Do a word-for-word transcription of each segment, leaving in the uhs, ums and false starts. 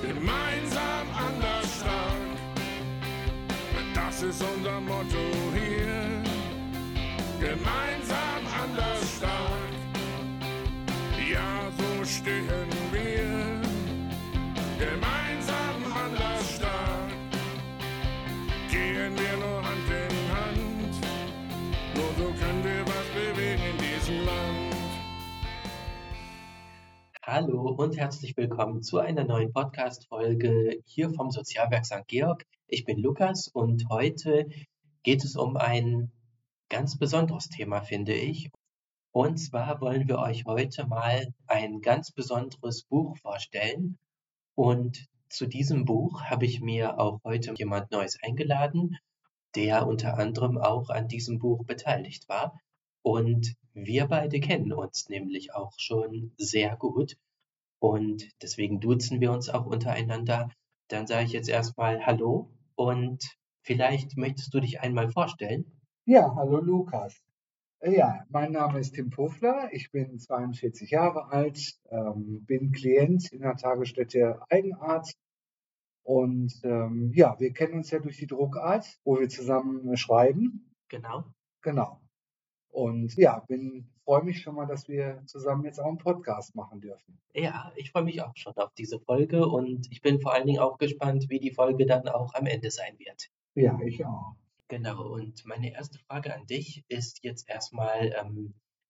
Gemeinsam anders stark, das ist unser Motto hier. Gemeinsam anders stark, ja, so stehen wir. Gemeinsam anders stark, gehen wir nur Hand in Hand. Nur so können wir was bewegen in diesem Land. Hallo und herzlich willkommen zu einer neuen Podcast-Folge hier vom Sozialwerk Sankt Georg. Ich bin Lukas und heute geht es um ein ganz besonderes Thema, finde ich. Und zwar wollen wir euch heute mal ein ganz besonderes Buch vorstellen. Und zu diesem Buch habe ich mir auch heute jemand Neues eingeladen, der unter anderem auch an diesem Buch beteiligt war. Und wir beide kennen uns nämlich auch schon sehr gut. Und deswegen duzen wir uns auch untereinander. Dann sage ich jetzt erstmal Hallo und vielleicht möchtest du dich einmal vorstellen. Ja, hallo Lukas. Äh, Ja, mein Name ist Tim Puffler, ich bin zweiundvierzig Jahre alt, ähm, bin Klient in der Tagesstätte Eigenarzt und ähm, ja, wir kennen uns ja durch die Druckart, wo wir zusammen äh, schreiben. Genau. Genau. Und ja, bin freue mich schon mal, dass wir zusammen jetzt auch einen Podcast machen dürfen. Ja, ich freue mich auch schon auf diese Folge und ich bin vor allen Dingen auch gespannt, wie die Folge dann auch am Ende sein wird. Ja, ich auch. Genau, und meine erste Frage an dich ist jetzt erstmal, ähm,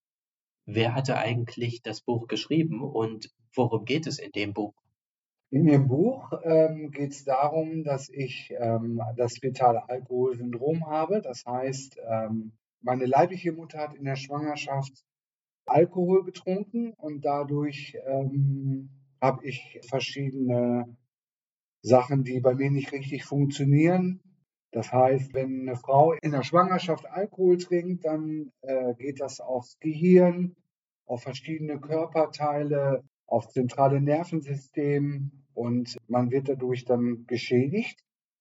wer hatte eigentlich das Buch geschrieben und worum geht es in dem Buch? In dem Buch ähm, geht es darum, dass ich ähm, das fetale Alkoholsyndrom habe. Das heißt, ähm, meine leibliche Mutter hat in der Schwangerschaft Alkohol getrunken und dadurch ähm, habe ich verschiedene Sachen, die bei mir nicht richtig funktionieren. Das heißt, wenn eine Frau in der Schwangerschaft Alkohol trinkt, dann äh, geht das aufs Gehirn, auf verschiedene Körperteile, aufs zentrale Nervensystem und man wird dadurch dann geschädigt.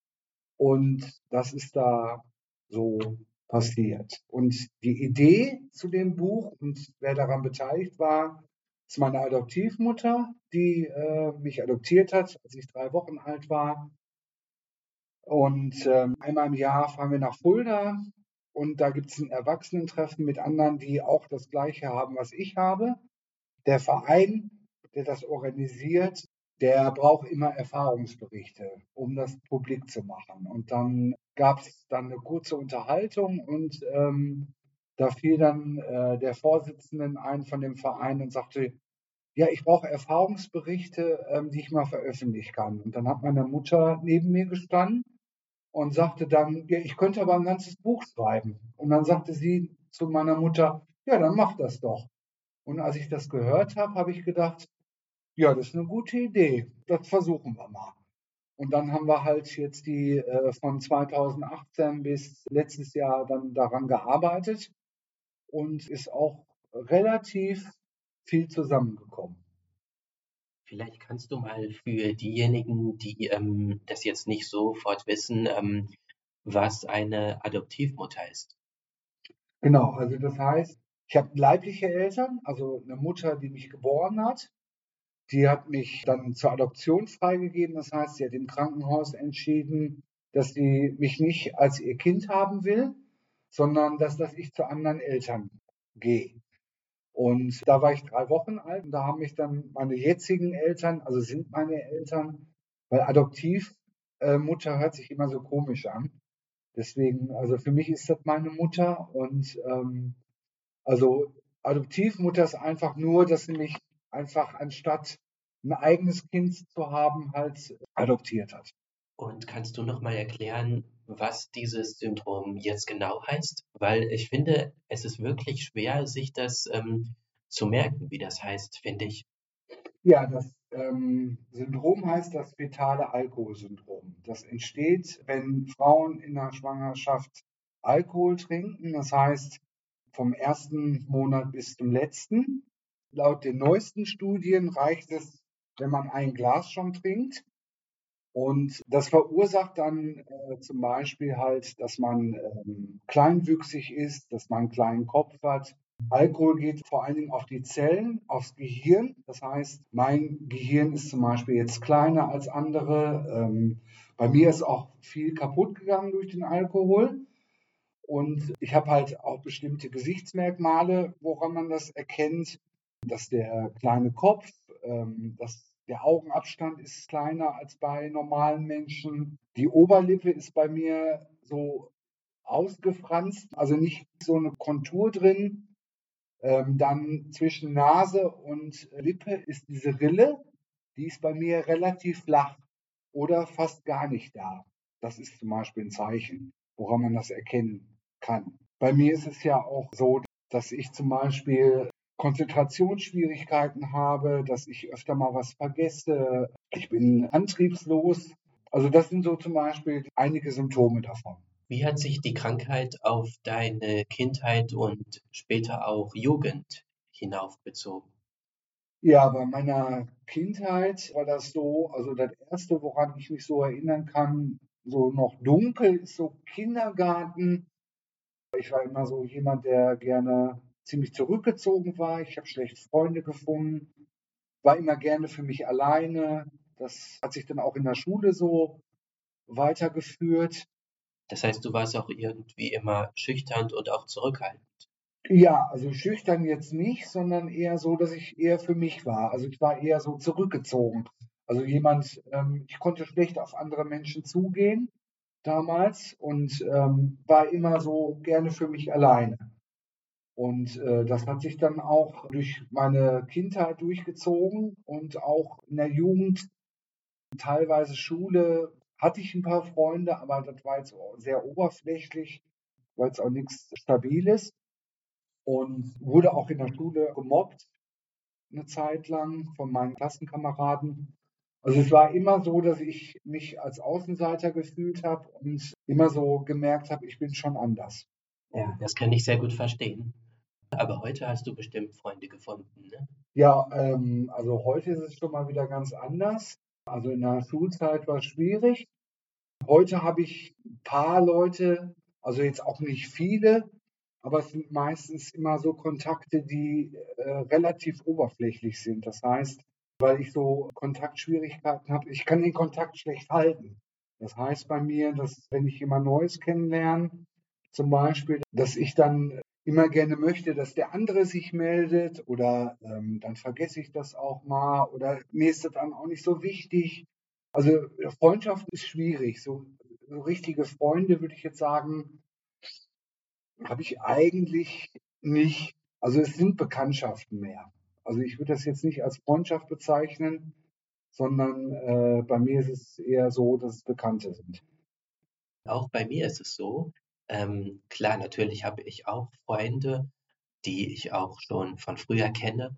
Und das ist da so passiert. Und die Idee zu dem Buch und wer daran beteiligt war, ist meine Adoptivmutter, die äh, mich adoptiert hat, als ich drei Wochen alt war. Und ähm, einmal im Jahr fahren wir nach Fulda und da gibt es ein Erwachsenentreffen mit anderen, die auch das Gleiche haben, was ich habe. Der Verein, der das organisiert, der braucht immer Erfahrungsberichte, um das publik zu machen. Und dann gab es dann eine kurze Unterhaltung und ähm, da fiel dann äh, der Vorsitzende ein von dem Verein und sagte, ja, ich brauche Erfahrungsberichte, ähm, die ich mal veröffentlichen kann. Und dann hat meine Mutter neben mir gestanden und sagte dann, ja, ich könnte aber ein ganzes Buch schreiben. Und dann sagte sie zu meiner Mutter, ja, dann mach das doch. Und als ich das gehört habe, habe ich gedacht, ja, das ist eine gute Idee. Das versuchen wir mal. Und dann haben wir halt jetzt die äh, von zweitausendachtzehn bis letztes Jahr dann daran gearbeitet und ist auch relativ viel zusammengekommen. Vielleicht kannst du mal für diejenigen, die ähm, das jetzt nicht sofort wissen, ähm, was eine Adoptivmutter ist. Genau, also das heißt, ich habe leibliche Eltern, also eine Mutter, die mich geboren hat. Die hat mich dann zur Adoption freigegeben. Das heißt, sie hat im Krankenhaus entschieden, dass sie mich nicht als ihr Kind haben will, sondern dass, dass ich zu anderen Eltern gehe. Und da war ich drei Wochen alt und da haben mich dann meine jetzigen Eltern, also sind meine Eltern, weil Adoptivmutter hört sich immer so komisch an. Deswegen, also für mich ist das meine Mutter und ähm, also Adoptivmutter ist einfach nur, dass sie mich einfach anstatt ein eigenes Kind zu haben, halt adoptiert hat. Und kannst du noch mal erklären, was dieses Syndrom jetzt genau heißt? Weil ich finde, es ist wirklich schwer, sich das ähm, zu merken, wie das heißt, finde ich. Ja, das ähm, Syndrom heißt das fetale Alkoholsyndrom. Das entsteht, wenn Frauen in der Schwangerschaft Alkohol trinken. Das heißt, vom ersten Monat bis zum letzten. Laut den neuesten Studien reicht es, wenn man ein Glas schon trinkt. Und das verursacht dann äh, zum Beispiel halt, dass man ähm, kleinwüchsig ist, dass man einen kleinen Kopf hat, Alkohol geht vor allen Dingen auf die Zellen, aufs Gehirn. Das heißt, mein Gehirn ist zum Beispiel jetzt kleiner als andere. Ähm, bei mir ist auch viel kaputt gegangen durch den Alkohol. Und ich habe halt auch bestimmte Gesichtsmerkmale, woran man das erkennt, dass der kleine Kopf, ähm, dass der Augenabstand ist kleiner als bei normalen Menschen. Die Oberlippe ist bei mir so ausgefranst, also nicht so eine Kontur drin. Ähm, dann zwischen Nase und Lippe ist diese Rille, die ist bei mir relativ flach oder fast gar nicht da. Das ist zum Beispiel ein Zeichen, woran man das erkennen kann. Bei mir ist es ja auch so, dass ich zum Beispiel Konzentrationsschwierigkeiten habe, dass ich öfter mal was vergesse. Ich bin antriebslos. Also das sind so zum Beispiel einige Symptome davon. Wie hat sich die Krankheit auf deine Kindheit und später auch Jugend hinauf bezogen? Ja, bei meiner Kindheit war das so, also das Erste, woran ich mich so erinnern kann, so noch dunkel, ist so Kindergarten. Ich war immer so jemand, der gerne ziemlich zurückgezogen war. Ich habe schlecht Freunde gefunden, war immer gerne für mich alleine. Das hat sich dann auch in der Schule so weitergeführt. Das heißt, du warst auch irgendwie immer schüchtern und auch zurückhaltend. Ja, also schüchtern jetzt nicht, sondern eher so, dass ich eher für mich war. Also ich war eher so zurückgezogen. Also jemand, ähm, ich konnte schlecht auf andere Menschen zugehen damals und ähm, war immer so gerne für mich alleine. Und äh, das hat sich dann auch durch meine Kindheit durchgezogen und auch in der Jugend, teilweise Schule, hatte ich ein paar Freunde, aber das war jetzt auch sehr oberflächlich, war jetzt auch nichts Stabiles und wurde auch in der Schule gemobbt eine Zeit lang von meinen Klassenkameraden. Also es war immer so, dass ich mich als Außenseiter gefühlt habe und immer so gemerkt habe, ich bin schon anders. Ja, das kann ich sehr gut verstehen. Aber heute hast du bestimmt Freunde gefunden, ne? Ja, ähm, also heute ist es schon mal wieder ganz anders. Also in der Schulzeit war es schwierig. Heute habe ich ein paar Leute, also jetzt auch nicht viele, aber es sind meistens immer so Kontakte, die äh, relativ oberflächlich sind. Das heißt, weil ich so Kontaktschwierigkeiten habe, ich kann den Kontakt schlecht halten. Das heißt bei mir, dass wenn ich jemand Neues kennenlerne, zum Beispiel, dass ich dann immer gerne möchte, dass der andere sich meldet oder ähm, dann vergesse ich das auch mal oder mir ist das dann auch nicht so wichtig. Also Freundschaft ist schwierig. So, so richtige Freunde, würde ich jetzt sagen, habe ich eigentlich nicht. Also es sind Bekanntschaften mehr. Also ich würde das jetzt nicht als Freundschaft bezeichnen, sondern äh, bei mir ist es eher so, dass es Bekannte sind. Auch bei mir ist es so, ähm, klar, natürlich habe ich auch Freunde, die ich auch schon von früher kenne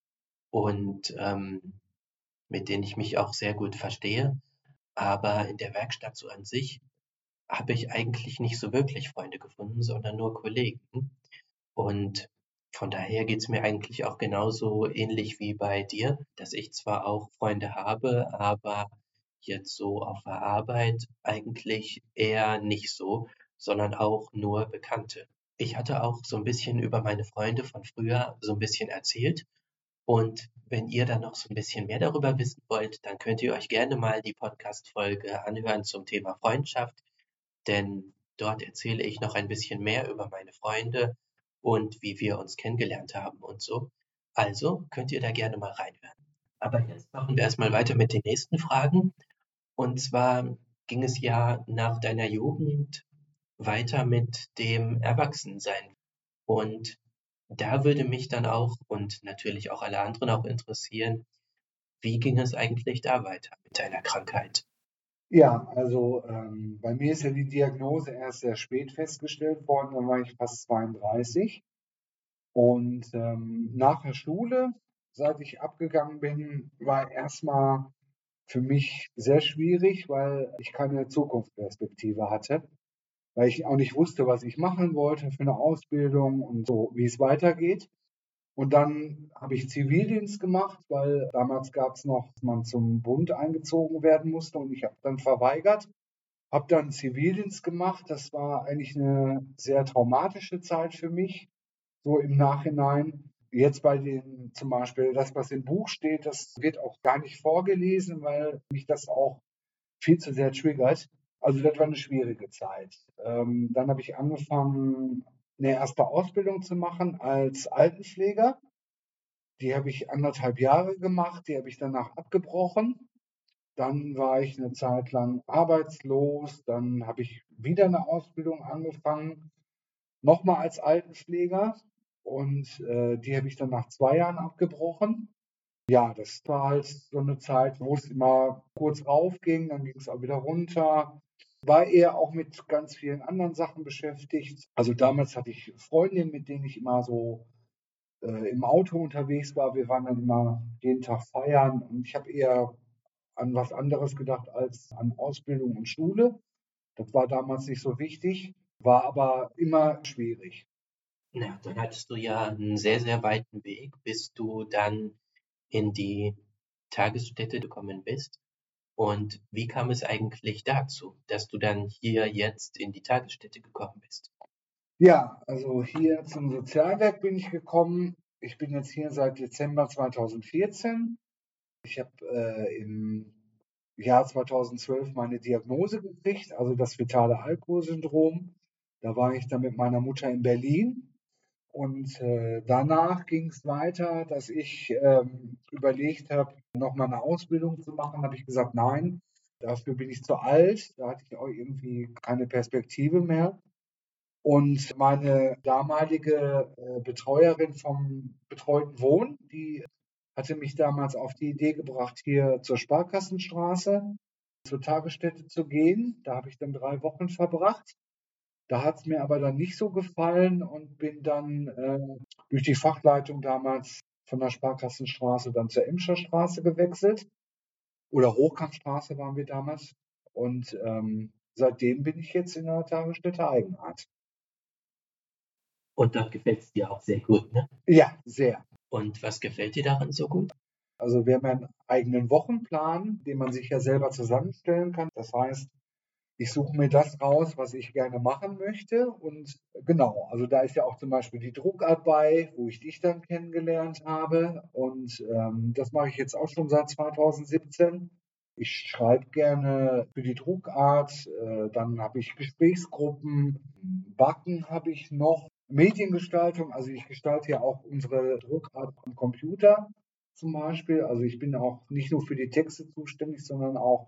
und ähm, mit denen ich mich auch sehr gut verstehe. Aber in der Werkstatt so an sich habe ich eigentlich nicht so wirklich Freunde gefunden, sondern nur Kollegen. Und von daher geht's mir eigentlich auch genauso ähnlich wie bei dir, dass ich zwar auch Freunde habe, aber jetzt so auf der Arbeit eigentlich eher nicht so, sondern auch nur Bekannte. Ich hatte auch so ein bisschen über meine Freunde von früher so ein bisschen erzählt. Und wenn ihr dann noch so ein bisschen mehr darüber wissen wollt, dann könnt ihr euch gerne mal die Podcast-Folge anhören zum Thema Freundschaft, denn dort erzähle ich noch ein bisschen mehr über meine Freunde und wie wir uns kennengelernt haben und so. Also könnt ihr da gerne mal reinhören. Aber jetzt machen wir erstmal weiter mit den nächsten Fragen. Und zwar ging es ja nach deiner Jugend weiter mit dem Erwachsensein. Und da würde mich dann auch und natürlich auch alle anderen auch interessieren, wie ging es eigentlich da weiter mit deiner Krankheit? Ja, also ähm, bei mir ist ja die Diagnose erst sehr spät festgestellt worden, da war ich fast zweiunddreißig. Und ähm, nach der Schule, seit ich abgegangen bin, war erstmal für mich sehr schwierig, weil ich keine Zukunftsperspektive hatte, weil ich auch nicht wusste, was ich machen wollte für eine Ausbildung und so, wie es weitergeht. Und dann habe ich Zivildienst gemacht, weil damals gab es noch, dass man zum Bund eingezogen werden musste und ich habe dann verweigert. Habe dann Zivildienst gemacht. Das war eigentlich eine sehr traumatische Zeit für mich, so im Nachhinein. Jetzt bei den zum Beispiel, das, was im Buch steht, das wird auch gar nicht vorgelesen, weil mich das auch viel zu sehr triggert. Also das war eine schwierige Zeit. Ähm, dann habe ich angefangen, eine erste Ausbildung zu machen als Altenpfleger. Die habe ich anderthalb Jahre gemacht, die habe ich danach abgebrochen. Dann war ich eine Zeit lang arbeitslos, dann habe ich wieder eine Ausbildung angefangen, nochmal als Altenpfleger und äh, die habe ich dann nach zwei Jahren abgebrochen. Ja, das war halt so eine Zeit, wo es immer kurz raufging, dann ging es auch wieder runter. War eher auch mit ganz vielen anderen Sachen beschäftigt. Also damals hatte ich Freundinnen, mit denen ich immer so äh, im Auto unterwegs war. Wir waren dann immer jeden Tag feiern und ich habe eher an was anderes gedacht als an Ausbildung und Schule. Das war damals nicht so wichtig, war aber immer schwierig. Na, dann hattest du ja einen sehr, sehr weiten Weg, bis du dann in die Tagesstätte gekommen bist. Und wie kam es eigentlich dazu, dass du dann hier jetzt in die Tagesstätte gekommen bist? Ja, also hier zum Sozialwerk bin ich gekommen. Ich bin jetzt hier seit Dezember zweitausendvierzehn. Ich habe äh, im Jahr zweitausendzwölf meine Diagnose gekriegt, also das fetale Alkoholsyndrom. Da war ich dann mit meiner Mutter in Berlin. Und äh, danach ging es weiter, dass ich ähm, überlegt habe, nochmal eine Ausbildung zu machen. Habe ich gesagt, nein, dafür bin ich zu alt. Da hatte ich auch irgendwie keine Perspektive mehr. Und meine damalige äh, Betreuerin vom betreuten Wohnen, die hatte mich damals auf die Idee gebracht, hier zur Sparkassenstraße, zur Tagesstätte zu gehen. Da habe ich dann drei Wochen verbracht. Da hat es mir aber dann nicht so gefallen und bin dann äh, durch die Fachleitung damals von der Sparkassenstraße dann zur Emscher Straße gewechselt. Oder Hochkampfstraße waren wir damals. Und ähm, seitdem bin ich jetzt in der Tagesstätte Eigenart. Und dort gefällt es dir auch sehr gut, ne? Ja, sehr. Und was gefällt dir daran so gut? Also wir haben ja einen eigenen Wochenplan, den man sich ja selber zusammenstellen kann. Das heißt, ich suche mir das raus, was ich gerne machen möchte. Und genau, also da ist ja auch zum Beispiel die Druckart bei, wo ich dich dann kennengelernt habe. Und ähm, das mache ich jetzt auch schon seit zweitausendsiebzehn. Ich schreibe gerne für die Druckart, äh, dann habe ich Gesprächsgruppen, Backen habe ich noch, Mediengestaltung, also ich gestalte ja auch unsere Druckart am Computer zum Beispiel. Also ich bin auch nicht nur für die Texte zuständig, sondern auch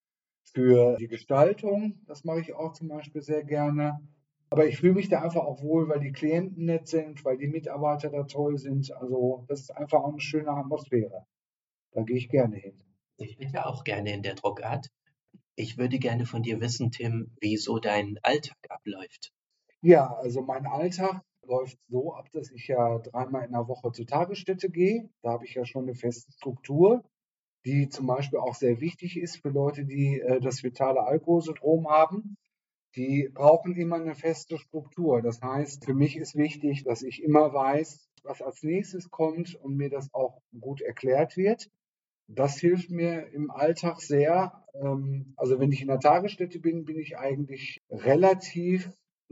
für die Gestaltung. Das mache ich auch zum Beispiel sehr gerne. Aber ich fühle mich da einfach auch wohl, weil die Klienten nett sind, weil die Mitarbeiter da toll sind. Also das ist einfach auch eine schöne Atmosphäre. Da gehe ich gerne hin. Ich bin ja auch gerne in der Druckart. Ich würde gerne von dir wissen, Tim, wie so dein Alltag abläuft. Ja, also mein Alltag läuft so ab, dass ich ja dreimal in der Woche zur Tagesstätte gehe. Da habe ich ja schon eine feste Struktur, die zum Beispiel auch sehr wichtig ist für Leute, die äh, das fetale Alkoholsyndrom haben. Die brauchen immer eine feste Struktur. Das heißt, für mich ist wichtig, dass ich immer weiß, was als nächstes kommt und mir das auch gut erklärt wird. Das hilft mir im Alltag sehr. Ähm, also wenn ich in der Tagesstätte bin, bin ich eigentlich relativ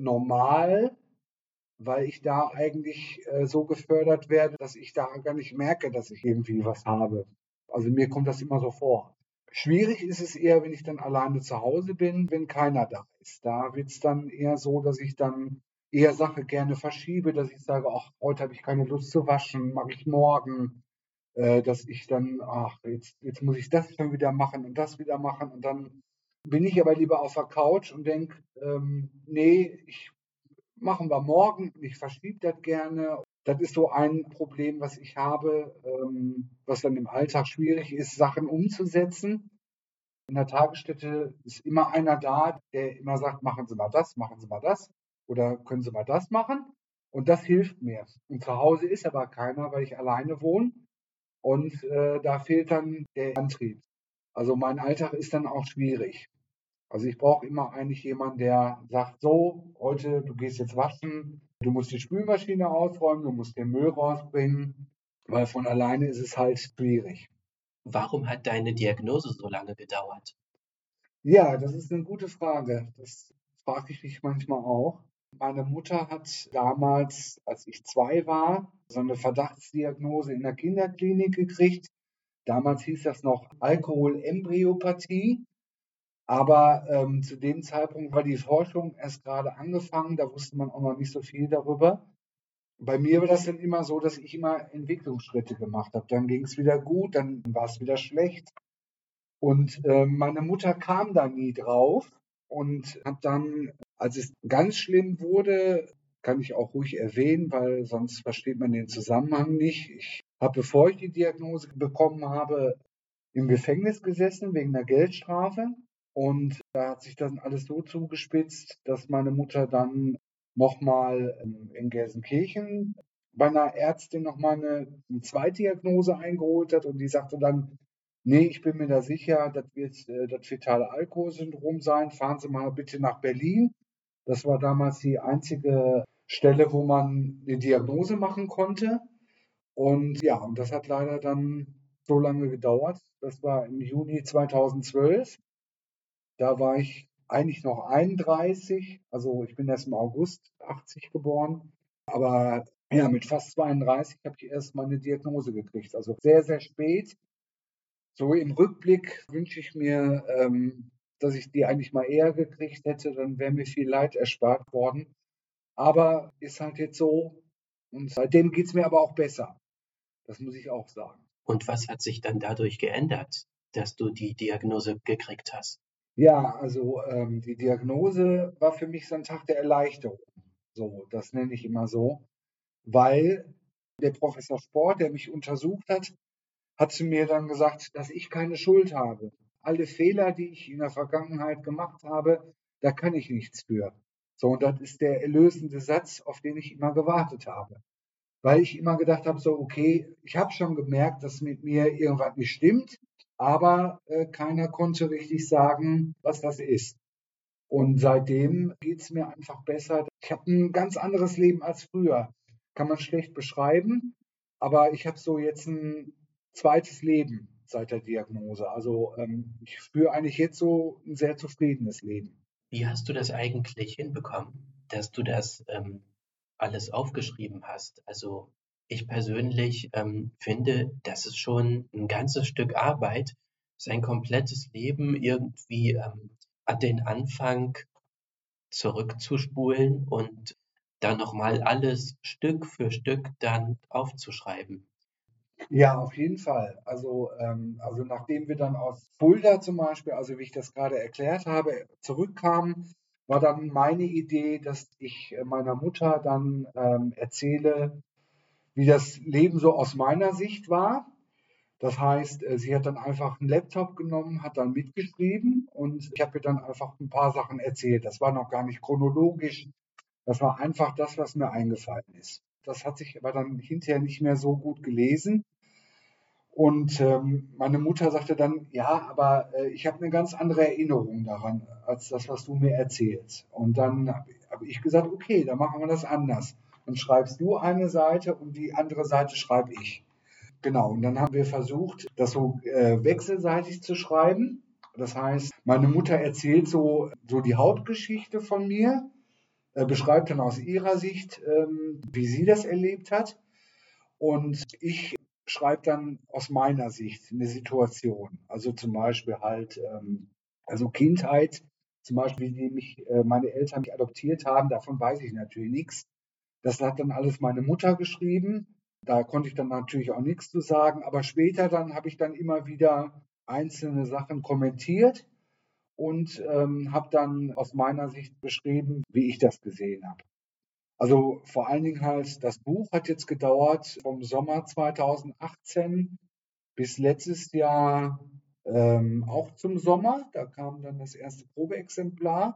normal, weil ich da eigentlich äh, so gefördert werde, dass ich da gar nicht merke, dass ich irgendwie was habe. Also mir kommt das immer so vor. Schwierig ist es eher, wenn ich dann alleine zu Hause bin, wenn keiner da ist. Da wird es dann eher so, dass ich dann eher Sache gerne verschiebe, dass ich sage, ach, heute habe ich keine Lust zu waschen, mache ich morgen. Äh, dass ich dann, ach, jetzt, jetzt muss ich das schon wieder machen und das wieder machen. Und dann bin ich aber lieber auf der Couch und denke, ähm, nee, ich machen wir morgen. Ich verschiebe das gerne. Das ist so ein Problem, was ich habe, ähm, was dann im Alltag schwierig ist, Sachen umzusetzen. In der Tagesstätte ist immer einer da, der immer sagt, machen Sie mal das, machen Sie mal das oder können Sie mal das machen. Und das hilft mir. Und zu Hause ist aber keiner, weil ich alleine wohne. Und äh, da fehlt dann der Antrieb. Also mein Alltag ist dann auch schwierig. Also ich brauche immer eigentlich jemanden, der sagt, so, heute, du gehst jetzt waschen, du musst die Spülmaschine ausräumen, du musst den Müll rausbringen, weil von alleine ist es halt schwierig. Warum hat deine Diagnose so lange gedauert? Ja, das ist eine gute Frage. Das frage ich mich manchmal auch. Meine Mutter hat damals, als ich zwei war, so eine Verdachtsdiagnose in der Kinderklinik gekriegt. Damals hieß das noch Alkoholembryopathie. Aber ähm, zu dem Zeitpunkt war die Forschung erst gerade angefangen, da wusste man auch noch nicht so viel darüber. Bei mir war das dann immer so, dass ich immer Entwicklungsschritte gemacht habe. Dann ging es wieder gut, dann war es wieder schlecht. Und äh, meine Mutter kam da nie drauf und hat dann, als es ganz schlimm wurde, kann ich auch ruhig erwähnen, weil sonst versteht man den Zusammenhang nicht. Ich habe, bevor ich die Diagnose bekommen habe, im Gefängnis gesessen wegen einer Geldstrafe. Und da hat sich dann alles so zugespitzt, dass meine Mutter dann nochmal in Gelsenkirchen bei einer Ärztin nochmal eine, eine Zweitdiagnose eingeholt hat. Und die sagte dann, nee, ich bin mir da sicher, das wird äh, das fetale Alkoholsyndrom sein. Fahren Sie mal bitte nach Berlin. Das war damals die einzige Stelle, wo man eine Diagnose machen konnte. Und ja, und das hat leider dann so lange gedauert. Das war im Juni zweitausendzwölf. Da war ich eigentlich noch einunddreißig. Also ich bin erst im August achtzig geboren. Aber ja, mit fast zweiunddreißig habe ich erst mal eine Diagnose gekriegt. Also sehr, sehr spät. So im Rückblick wünsche ich mir, ähm, dass ich die eigentlich mal eher gekriegt hätte. Dann wäre mir viel Leid erspart worden. Aber ist halt jetzt so. Und seitdem geht es mir aber auch besser. Das muss ich auch sagen. Und was hat sich dann dadurch geändert, dass du die Diagnose gekriegt hast? Ja, also ähm, die Diagnose war für mich so ein Tag der Erleichterung. So, das nenne ich immer so, weil der Professor Sport, der mich untersucht hat, hat zu mir dann gesagt, dass ich keine Schuld habe. Alle Fehler, die ich in der Vergangenheit gemacht habe, da kann ich nichts für. So, und das ist der erlösende Satz, auf den ich immer gewartet habe. Weil ich immer gedacht habe, so, okay, ich habe schon gemerkt, dass mit mir irgendwas nicht stimmt, aber äh, keiner konnte richtig sagen, was das ist. Und seitdem geht es mir einfach besser. Ich habe ein ganz anderes Leben als früher. Kann man schlecht beschreiben, aber ich habe so jetzt ein zweites Leben seit der Diagnose. Also ähm, ich führe eigentlich jetzt so ein sehr zufriedenes Leben. Wie hast du das eigentlich hinbekommen, dass du das ähm, alles aufgeschrieben hast? Also ich persönlich ähm, finde, das ist schon ein ganzes Stück Arbeit, sein komplettes Leben irgendwie ähm, an den Anfang zurückzuspulen und dann nochmal alles Stück für Stück dann aufzuschreiben. Ja, auf jeden Fall. Also, ähm, also nachdem wir dann aus Fulda zum Beispiel, also wie ich das gerade erklärt habe, zurückkamen, war dann meine Idee, dass ich äh, meiner Mutter dann ähm, erzähle, wie das Leben so aus meiner Sicht war. Das heißt, äh, sie hat dann einfach einen Laptop genommen, hat dann mitgeschrieben und ich habe ihr dann einfach ein paar Sachen erzählt. Das war noch gar nicht chronologisch. Das war einfach das, was mir eingefallen ist. Das hat sich aber dann hinterher nicht mehr so gut gelesen. Und ähm, meine Mutter sagte dann, ja, aber äh, ich habe eine ganz andere Erinnerung daran, als das, was du mir erzählst. Und dann habe hab ich gesagt, okay, dann machen wir das anders. Dann schreibst du eine Seite und die andere Seite schreibe ich. Genau, und dann haben wir versucht, das so äh, wechselseitig zu schreiben. Das heißt, meine Mutter erzählt so, so die Hauptgeschichte von mir, äh, beschreibt dann aus ihrer Sicht, ähm, wie sie das erlebt hat. Und ich schreibe dann aus meiner Sicht eine Situation. Also zum Beispiel halt, ähm, also Kindheit, zum Beispiel, wie mich äh, meine Eltern mich adoptiert haben, davon weiß ich natürlich nichts. Das hat dann alles meine Mutter geschrieben. Da konnte ich dann natürlich auch nichts zu sagen. Aber später dann habe ich dann immer wieder einzelne Sachen kommentiert und ähm, habe dann aus meiner Sicht beschrieben, wie ich das gesehen habe. Also vor allen Dingen halt, das Buch hat jetzt gedauert vom Sommer zweitausendachtzehn bis letztes Jahr ähm, auch zum Sommer. Da kam dann das erste Probeexemplar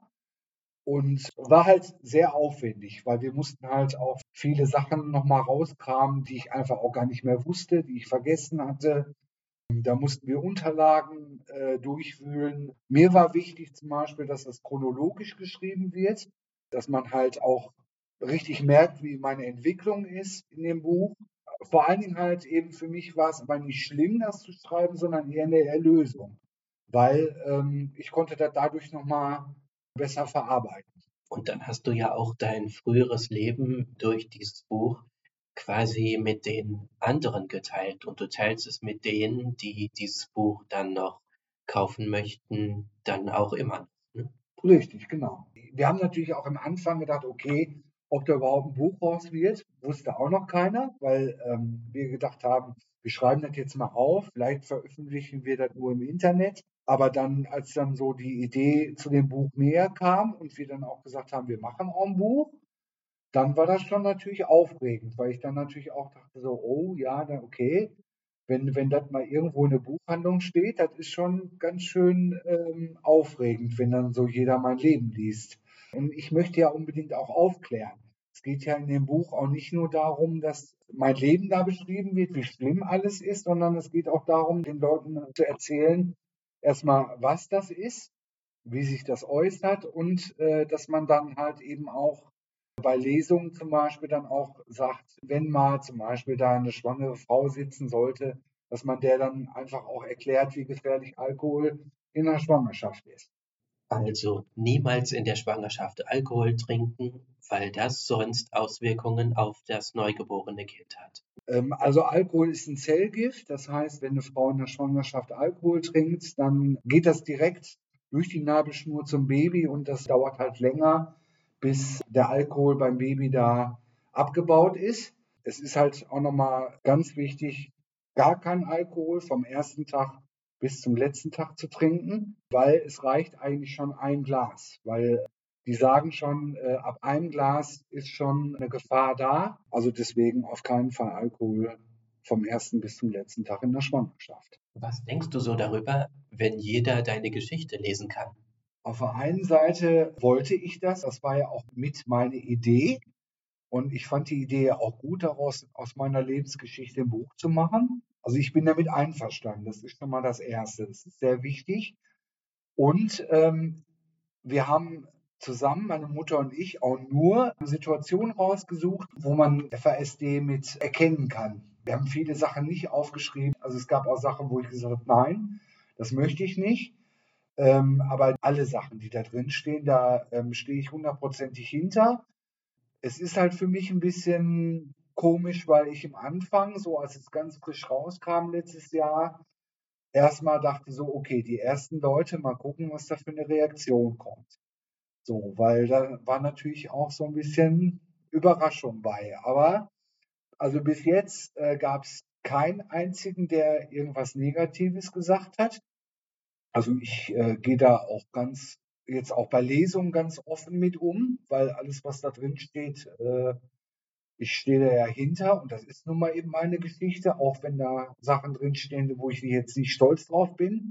und war halt sehr aufwendig, weil wir mussten halt auch viele Sachen nochmal rauskramen, die ich einfach auch gar nicht mehr wusste, die ich vergessen hatte. Da mussten wir Unterlagen äh, durchwühlen. Mir war wichtig zum Beispiel, dass das chronologisch geschrieben wird, dass man halt auch richtig merkt, wie meine Entwicklung ist in dem Buch. Vor allen Dingen halt eben für mich war es aber nicht schlimm, das zu schreiben, sondern eher eine Erlösung, weil ähm, ich konnte das dadurch nochmal besser verarbeiten. Und dann hast du ja auch dein früheres Leben durch dieses Buch quasi mit den anderen geteilt und du teilst es mit denen, die dieses Buch dann noch kaufen möchten, dann auch immer, ne? Richtig, genau. Wir haben natürlich auch am Anfang gedacht, okay, ob da überhaupt ein Buch raus wird, wusste auch noch keiner, weil ähm, wir gedacht haben, wir schreiben das jetzt mal auf, vielleicht veröffentlichen wir das nur im Internet. Aber dann, als dann so die Idee zu dem Buch näher kam und wir dann auch gesagt haben, wir machen auch ein Buch, dann war das schon natürlich aufregend, weil ich dann natürlich auch dachte so, oh ja, dann okay, wenn, wenn das mal irgendwo in der Buchhandlung steht, das ist schon ganz schön ähm, aufregend, wenn dann so jeder mein Leben liest. Und ich möchte ja unbedingt auch aufklären. Es geht ja in dem Buch auch nicht nur darum, dass mein Leben da beschrieben wird, wie schlimm alles ist, sondern es geht auch darum, den Leuten zu erzählen, erstmal, was das ist, wie sich das äußert und äh, dass man dann halt eben auch bei Lesungen zum Beispiel dann auch sagt, wenn mal zum Beispiel da eine schwangere Frau sitzen sollte, dass man der dann einfach auch erklärt, wie gefährlich Alkohol in der Schwangerschaft ist. Also niemals in der Schwangerschaft Alkohol trinken, weil das sonst Auswirkungen auf das neugeborene Kind hat. Ähm, also Alkohol ist ein Zellgift, das heißt, wenn eine Frau in der Schwangerschaft Alkohol trinkt, dann geht das direkt durch die Nabelschnur zum Baby und das dauert halt länger, bis der Alkohol beim Baby da abgebaut ist. Es ist halt auch nochmal ganz wichtig, gar keinen Alkohol vom ersten Tag bis zum letzten Tag zu trinken, weil es reicht eigentlich schon ein Glas, weil die sagen schon, äh, ab einem Glas ist schon eine Gefahr da. Also deswegen auf keinen Fall Alkohol vom ersten bis zum letzten Tag in der Schwangerschaft. Was denkst du so darüber, wenn jeder deine Geschichte lesen kann? Auf der einen Seite wollte ich das, das war ja auch mit meine Idee. Und ich fand die Idee ja auch gut, daraus aus meiner Lebensgeschichte ein Buch zu machen. Also ich bin damit einverstanden. Das ist schon mal das Erste. Das ist sehr wichtig. Und ähm, wir haben zusammen, meine Mutter und ich, auch nur Situationen rausgesucht, wo man F A S D mit erkennen kann. Wir haben viele Sachen nicht aufgeschrieben. Also es gab auch Sachen, wo ich gesagt habe, nein, das möchte ich nicht. Ähm, aber alle Sachen, die da drin stehen, da ähm, stehe ich hundertprozentig hinter. Es ist halt für mich ein bisschen komisch, weil ich im Anfang, so als es ganz frisch rauskam letztes Jahr, erstmal dachte so, okay, die ersten Leute, mal gucken, was da für eine Reaktion kommt. So, weil da war natürlich auch so ein bisschen Überraschung bei. Aber also bis jetzt äh, gab es keinen einzigen, der irgendwas Negatives gesagt hat. Also ich äh, gehe da auch ganz, jetzt auch bei Lesungen ganz offen mit um, weil alles, was da drin steht, äh, ich stehe da ja hinter und das ist nun mal eben meine Geschichte, auch wenn da Sachen drinstehen, wo ich jetzt nicht stolz drauf bin.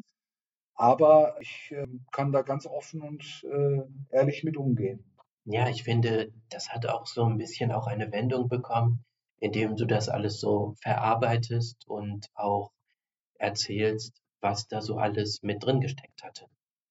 Aber ich äh, kann da ganz offen und äh, ehrlich mit umgehen. Ja, ich finde, das hat auch so ein bisschen auch eine Wendung bekommen, indem du das alles so verarbeitest und auch erzählst, was da so alles mit drin gesteckt hatte.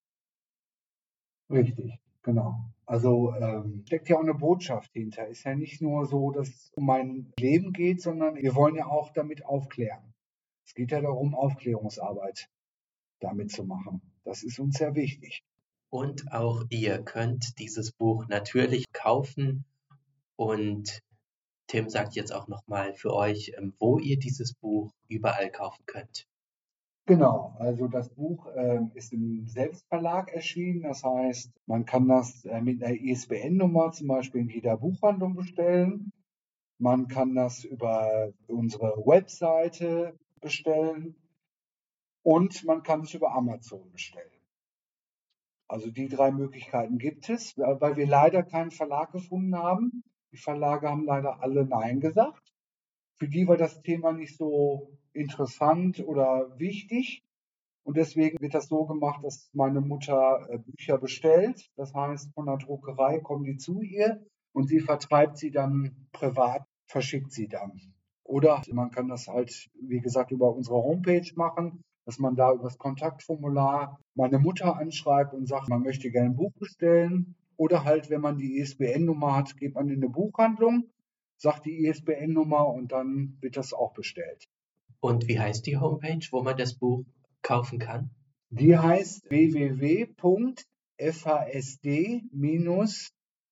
Richtig, genau. Also ähm, steckt ja auch eine Botschaft hinter. Ist ja nicht nur so, dass es um mein Leben geht, sondern wir wollen ja auch damit aufklären. Es geht ja darum, Aufklärungsarbeit damit zu machen. Das ist uns sehr wichtig. Und auch ihr könnt dieses Buch natürlich kaufen und Tim sagt jetzt auch noch mal für euch, ähm, wo ihr dieses Buch überall kaufen könnt. Genau, also das Buch ähm, ist im Selbstverlag erschienen. Das heißt, man kann das äh, mit einer I S B N-Nummer zum Beispiel in jeder Buchhandlung bestellen. Man kann das über unsere Webseite bestellen und man kann es über Amazon bestellen. Also die drei Möglichkeiten gibt es, weil wir leider keinen Verlag gefunden haben. Die Verlage haben leider alle Nein gesagt. Für die war das Thema nicht so interessant oder wichtig. Und deswegen wird das so gemacht, dass meine Mutter äh, Bücher bestellt. Das heißt, von der Druckerei kommen die zu ihr und sie vertreibt sie dann privat, verschickt sie dann. Oder man kann das halt, wie gesagt, über unsere Homepage machen, dass man da über das Kontaktformular meine Mutter anschreibt und sagt, man möchte gerne ein Buch bestellen. Oder halt, wenn man die I S B N-Nummer hat, geht man in eine Buchhandlung, sagt die I S B N-Nummer und dann wird das auch bestellt. Und wie heißt die Homepage, wo man das Buch kaufen kann? Die heißt w w w punkt f h s d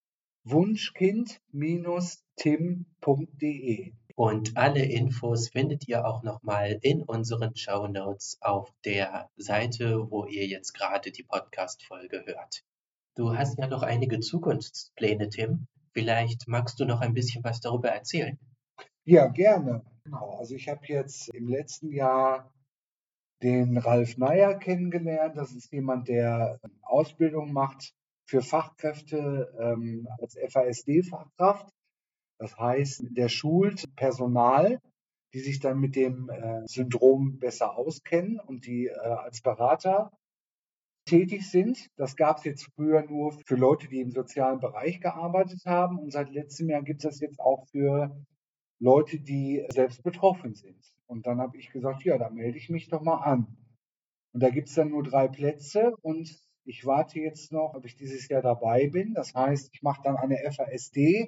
wunschkind Tim punkt de. Und alle Infos findet ihr auch nochmal in unseren Shownotes auf der Seite, wo ihr jetzt gerade die Podcast-Folge hört. Du hast ja noch einige Zukunftspläne, Tim. Vielleicht magst du noch ein bisschen was darüber erzählen. Ja, gerne. Genau. Also ich habe jetzt im letzten Jahr den Ralf Neier kennengelernt. Das ist jemand, der Ausbildung macht für Fachkräfte ähm, als F A S D-Fachkraft. Das heißt, der schult Personal, die sich dann mit dem äh, Syndrom besser auskennen und die äh, als Berater tätig sind. Das gab es jetzt früher nur für Leute, die im sozialen Bereich gearbeitet haben. Und seit letztem Jahr gibt es das jetzt auch für Leute, die selbst betroffen sind. Und dann habe ich gesagt, ja, da melde ich mich doch mal an. Und da gibt es dann nur drei Plätze und ich warte jetzt noch, ob ich dieses Jahr dabei bin. Das heißt, ich mache dann eine F A S D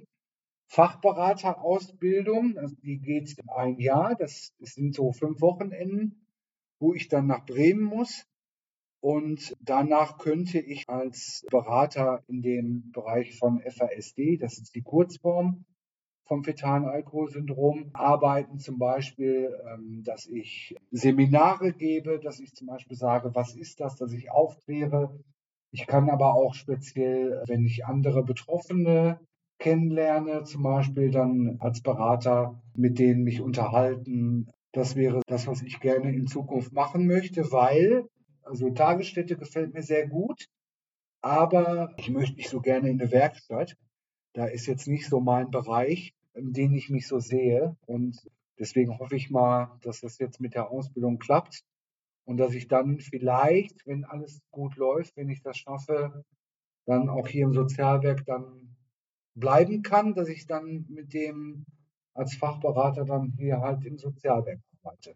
Fachberaterausbildung, also die geht ein Jahr, das sind so fünf Wochenenden, wo ich dann nach Bremen muss. Und danach könnte ich als Berater in dem Bereich von F A S D, das ist die Kurzform vom fetalen Alkoholsyndrom, arbeiten. Zum Beispiel, dass ich Seminare gebe, dass ich zum Beispiel sage, was ist das, dass ich aufkläre. Ich kann aber auch speziell, wenn ich andere Betroffene kennenlerne, zum Beispiel dann als Berater mit denen mich unterhalten. Das wäre das, was ich gerne in Zukunft machen möchte, weil, also Tagesstätte gefällt mir sehr gut, aber ich möchte nicht so gerne in eine Werkstatt. Da ist jetzt nicht so mein Bereich, in dem ich mich so sehe. Und deswegen hoffe ich mal, dass das jetzt mit der Ausbildung klappt und dass ich dann vielleicht, wenn alles gut läuft, wenn ich das schaffe, dann auch hier im Sozialwerk dann bleiben kann, dass ich dann mit dem als Fachberater dann hier halt im Sozialwerk arbeite.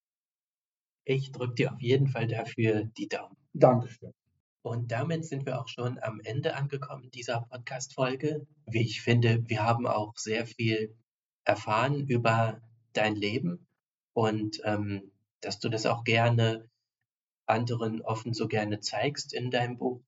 Ich drücke dir auf jeden Fall dafür die Daumen. Dankeschön. Und damit sind wir auch schon am Ende angekommen dieser Podcast-Folge. Wie ich finde, wir haben auch sehr viel erfahren über dein Leben und ähm, dass du das auch gerne anderen offen so gerne zeigst in deinem Buch.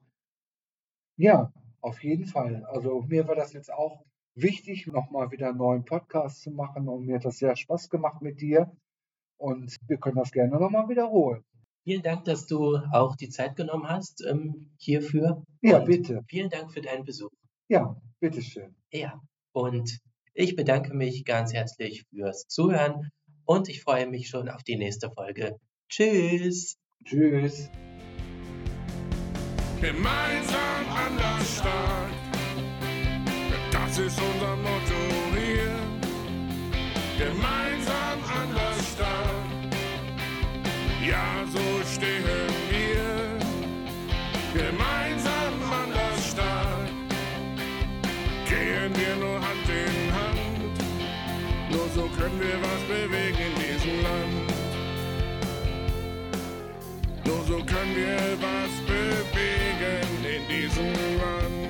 Ja, auf jeden Fall. Also mir war das jetzt auch wichtig, nochmal wieder einen neuen Podcast zu machen und mir hat das sehr Spaß gemacht mit dir und wir können das gerne nochmal wiederholen. Vielen Dank, dass du auch die Zeit genommen hast ähm, hierfür. Ja, und bitte. Vielen Dank für deinen Besuch. Ja, bitteschön. Ja, und ich bedanke mich ganz herzlich fürs Zuhören und ich freue mich schon auf die nächste Folge. Tschüss. Tschüss. Gemeinsam anders stark, das ist unser Motto hier. Gemeinsam anders stark, ja, so stehen wir. Gemeinsam anders stark, gehen wir nur Hand in Hand. Nur so können wir was bewegen in diesem Land. Nur so können wir was bewegen in diesem Land.